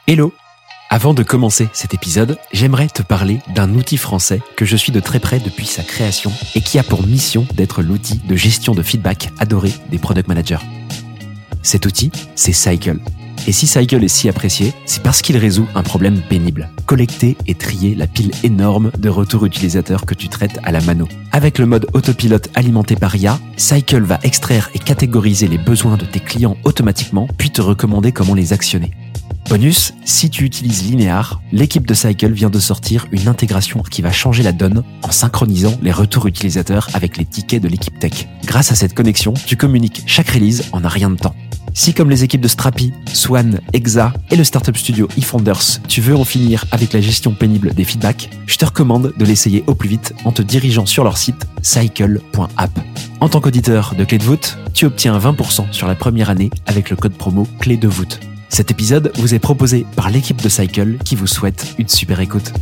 Hello! Avant de commencer cet épisode, j'aimerais te parler d'un outil français que je suis de très près depuis sa création et qui a pour mission d'être l'outil de gestion de feedback adoré des product managers. Cet outil, c'est Cycle. Et si Cycle est si apprécié, c'est parce qu'il résout un problème pénible. Collecter et trier la pile énorme de retours utilisateurs que tu traites à la mano. Avec le mode autopilote alimenté par IA, Cycle va extraire et catégoriser les besoins de tes clients automatiquement, puis te recommander comment les actionner. Bonus, si tu utilises Linear, l'équipe de Cycle vient de sortir une intégration qui va changer la donne en synchronisant les retours utilisateurs avec les tickets de l'équipe tech. Grâce à cette connexion, tu communiques chaque release en un rien de temps. Si comme les équipes de Strapi, Swan, Exa et le startup studio eFounders, tu veux en finir avec la gestion pénible des feedbacks, je te recommande de l'essayer au plus vite en te dirigeant sur leur site cycle.app. En tant qu'auditeur de Clé de voûte, tu obtiens 20% sur la première année avec le code promo Clé de voûte. Cet épisode vous est proposé par l'équipe de Cycle qui vous souhaite une super écoute.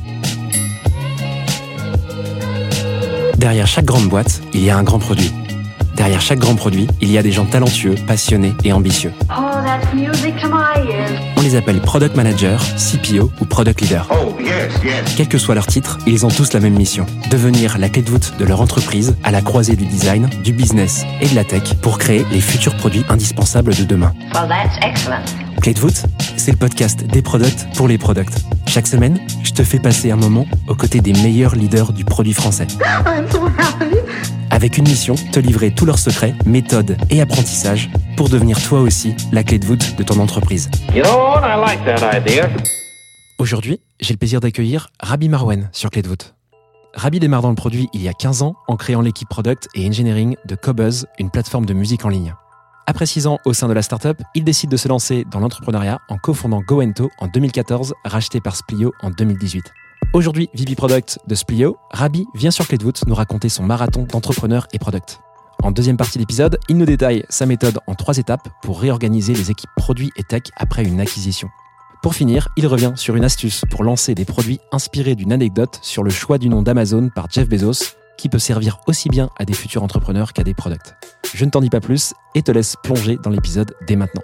Derrière chaque grande boîte, il y a un grand produit. Derrière chaque grand produit, il y a des gens talentueux, passionnés et ambitieux. Oh, that's music to my ears. On les appelle Product Manager, CPO ou Product Leader. Oh, yes. Quel que soit leur titre, ils ont tous la même mission. Devenir la clé de voûte de leur entreprise à la croisée du design, du business et de la tech pour créer les futurs produits indispensables de demain. Well, that's excellent. Clé de voûte, c'est le podcast des products pour les products. Chaque semaine, je te fais passer un moment aux côtés des meilleurs leaders du produit français. I'm so happy. Avec une mission, te livrer tous leurs secrets, méthodes et apprentissages pour devenir toi aussi la clé de voûte de ton entreprise. You know what? I like that idea. Aujourd'hui, j'ai le plaisir d'accueillir Rabi Marwen sur Clé de voûte. Rabi démarre dans le produit il y a 15 ans en créant l'équipe Product et Engineering de Cobuzz, une plateforme de musique en ligne. Après 6 ans au sein de la startup, il décide de se lancer dans l'entrepreneuriat en cofondant GoEnto en 2014, racheté par Splio en 2018. Aujourd'hui, VP Product de Splio, Rabi vient sur Clé de voûte nous raconter son marathon d'entrepreneur et product. En deuxième partie de l'épisode, il nous détaille sa méthode en 3 étapes pour réorganiser les équipes produits et tech après une acquisition. Pour finir, il revient sur une astuce pour lancer des produits inspirés d'une anecdote sur le choix du nom d'Amazon par Jeff Bezos, qui peut servir aussi bien à des futurs entrepreneurs qu'à des products. Je ne t'en dis pas plus et te laisse plonger dans l'épisode dès maintenant.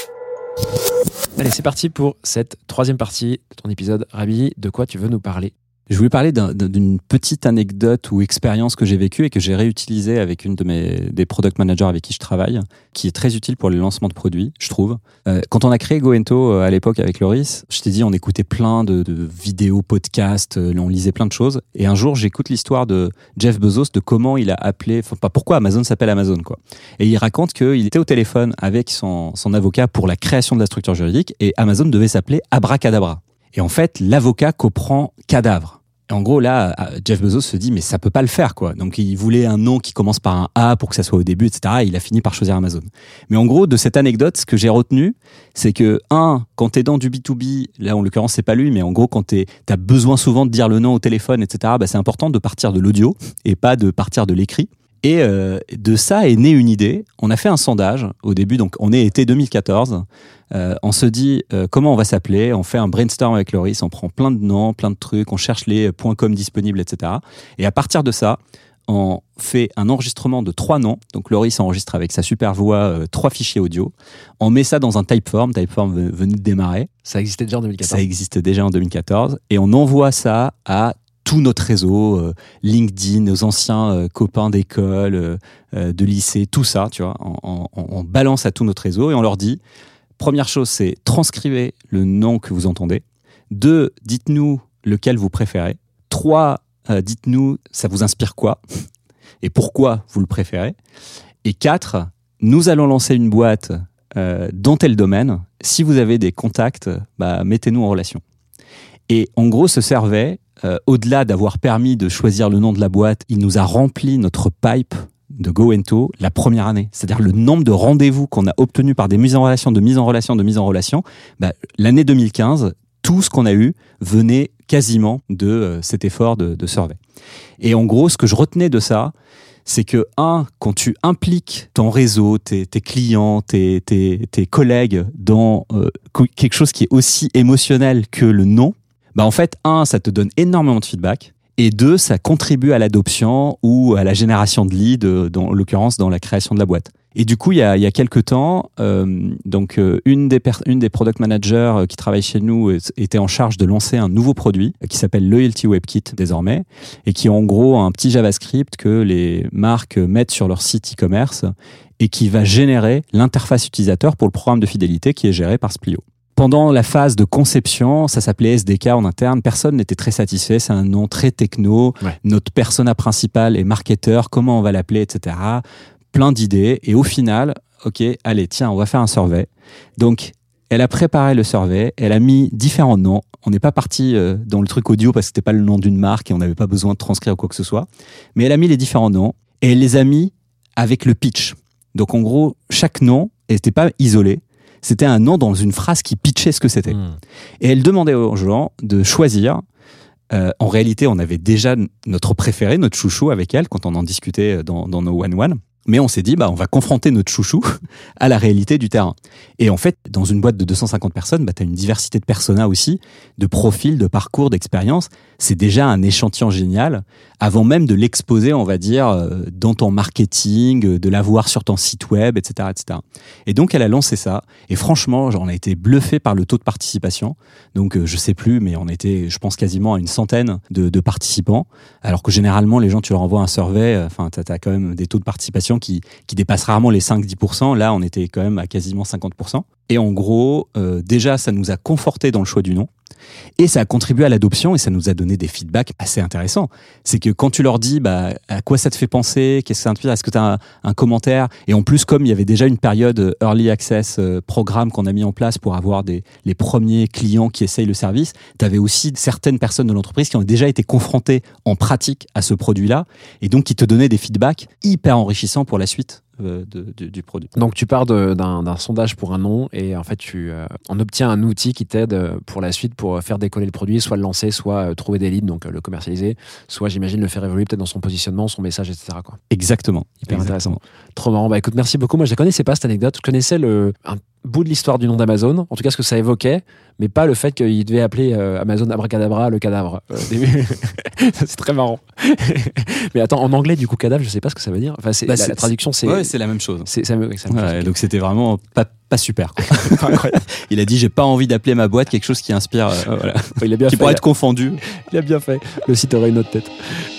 Allez, c'est parti pour cette 3e partie de ton épisode. Rabi, de quoi tu veux nous parler ? Je voulais parler d'une petite anecdote ou expérience que j'ai vécue et que j'ai réutilisée avec une des product managers avec qui je travaille, qui est très utile pour les lancements de produits, je trouve. Quand on a créé GoEnto à l'époque avec Loris, je t'ai dit, on écoutait plein de vidéos, podcasts, on lisait plein de choses. Et un jour, j'écoute l'histoire de Jeff Bezos, de comment il a appelé, enfin pas pourquoi Amazon s'appelle Amazon, quoi. Et il raconte qu'il était au téléphone avec son avocat pour la création de la structure juridique et Amazon devait s'appeler Abracadabra. Et en fait, l'avocat comprend cadavre. Et en gros, là, Jeff Bezos se dit, mais ça peut pas le faire, quoi. Donc, il voulait un nom qui commence par un A pour que ça soit au début, etc. Et il a fini par choisir Amazon. Mais en gros, de cette anecdote, ce que j'ai retenu, c'est que, quand t'es dans du B2B, là, en l'occurrence, c'est pas lui, mais en gros, quand t'as besoin souvent de dire le nom au téléphone, etc., c'est important de partir de l'audio et pas de partir de l'écrit. Et de ça est née une idée. On a fait un sondage au début, donc on est été 2014. On se dit comment on va s'appeler. On fait un brainstorm avec Loris, on prend plein de noms, plein de trucs, on cherche les .com disponibles, etc. Et à partir de ça, on fait un enregistrement de 3 noms. Donc Loris enregistre avec sa super voix 3 fichiers audio. On met ça dans un Typeform. Typeform venait de démarrer. Ça existait déjà en 2014. Ça existait déjà en 2014. Et on envoie ça à tout notre réseau, LinkedIn, nos anciens copains d'école, de lycée, tout ça, tu vois, on balance à tout notre réseau et on leur dit, première chose, c'est transcrivez le nom que vous entendez. 2, dites-nous lequel vous préférez. 3, dites-nous ça vous inspire quoi et pourquoi vous le préférez. Et 4, nous allons lancer une boîte dans tel domaine. Si vous avez des contacts, mettez-nous en relation. Et en gros, se servait, au-delà d'avoir permis de choisir le nom de la boîte, il nous a rempli notre pipe de GoEnto la première année. C'est-à-dire le nombre de rendez-vous qu'on a obtenus par des mises en relation, l'année 2015, tout ce qu'on a eu venait quasiment de cet effort de survey. Et en gros, ce que je retenais de ça, c'est que, quand tu impliques ton réseau, tes clients, tes collègues dans quelque chose qui est aussi émotionnel que le nom, en fait, ça te donne énormément de feedback. Et 2, ça contribue à l'adoption ou à la génération de leads, dans l'occurrence dans la création de la boîte. Et du coup, il y a quelques temps, une des product managers qui travaille chez nous était en charge de lancer un nouveau produit qui s'appelle Loyalty WebKit désormais, et qui est en gros un petit JavaScript que les marques mettent sur leur site e-commerce et qui va générer l'interface utilisateur pour le programme de fidélité qui est géré par Splio. Pendant la phase de conception, ça s'appelait SDK en interne, personne n'était très satisfait, c'est un nom très techno, Notre persona principal est marketeur, comment on va l'appeler, etc. Plein d'idées, et au final, ok, allez, tiens, on va faire un survey. Donc, elle a préparé le survey, elle a mis différents noms. On n'est pas parti dans le truc audio parce que c'était pas le nom d'une marque et on n'avait pas besoin de transcrire quoi que ce soit. Mais elle a mis les différents noms et elle les a mis avec le pitch. Donc, en gros, chaque nom n'était pas isolé. C'était un nom dans une phrase qui pitchait ce que c'était. Et elle demandait aux gens de choisir. En réalité, on avait déjà notre préféré, notre chouchou avec elle quand on en discutait dans nos one-one. Mais on s'est dit, on va confronter notre chouchou à la réalité du terrain. Et en fait, dans une boîte de 250 personnes, tu as une diversité de personas aussi, de profils, de parcours, d'expériences. C'est déjà un échantillon génial, avant même de l'exposer, on va dire, dans ton marketing, de l'avoir sur ton site web, etc., etc. Et donc, elle a lancé ça. Et franchement, on a été bluffé par le taux de participation. Donc, je sais plus, mais on était, je pense, quasiment à une centaine de participants. Alors que généralement, les gens, tu leur envoies un survey, t'as quand même des taux de participation qui dépassent rarement les 5-10%. Là, on était quand même à quasiment 50%. Et en gros, déjà, ça nous a conforté dans le choix du nom. Et ça a contribué à l'adoption et ça nous a donné des feedbacks assez intéressants. C'est que quand tu leur dis à quoi ça te fait penser, qu'est-ce que ça t'inspire, est-ce que tu as un commentaire, et en plus comme il y avait déjà une période Early Access programme qu'on a mis en place pour avoir les premiers clients qui essayent le service, tu avais aussi certaines personnes de l'entreprise qui ont déjà été confrontées en pratique à ce produit-là et donc qui te donnaient des feedbacks hyper enrichissants pour la suite du produit. Donc tu pars d'un sondage pour un nom et en fait tu en obtiens un outil qui t'aide pour la suite pour faire décoller le produit, soit le lancer, soit trouver des leads, donc le commercialiser, soit j'imagine le faire évoluer peut-être dans son positionnement, son message, etc. quoi. Exactement. Hyper intéressant. Trop marrant. Écoute, merci beaucoup. Moi je la connaissais pas cette anecdote. Je connaissais un bout de l'histoire du nom d'Amazon, en tout cas ce que ça évoquait, mais pas le fait qu'il devait appeler Amazon Abracadabra le cadavre. C'est très marrant. Mais attends, en anglais du coup cadavre, je sais pas ce que ça veut dire. Enfin, la traduction c'est... Ouais, c'est la même chose. C'est la même chose. Donc c'était vraiment pas super. Il a dit j'ai pas envie d'appeler ma boîte quelque chose qui inspire, il a bien qui pourrait être confondu. Il a bien fait. Le site aurait une autre tête.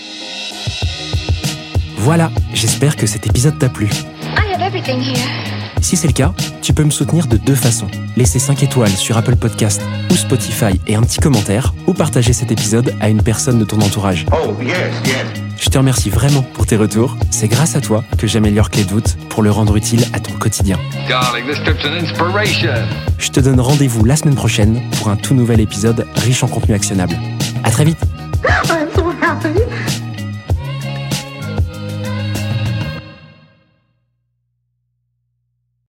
Voilà, j'espère que cet épisode t'a plu. I have everything here. Si c'est le cas, tu peux me soutenir de 2 façons. Laisser 5 étoiles sur Apple Podcast ou Spotify et un petit commentaire, ou partager cet épisode à une personne de ton entourage. Oh, yes, yes. Je te remercie vraiment pour tes retours. C'est grâce à toi que j'améliore Clé de voûte pour le rendre utile à ton quotidien. Darling, this trip's an inspiration. Je te donne rendez-vous la semaine prochaine pour un tout nouvel épisode riche en contenu actionnable. À très vite. I'm so happy.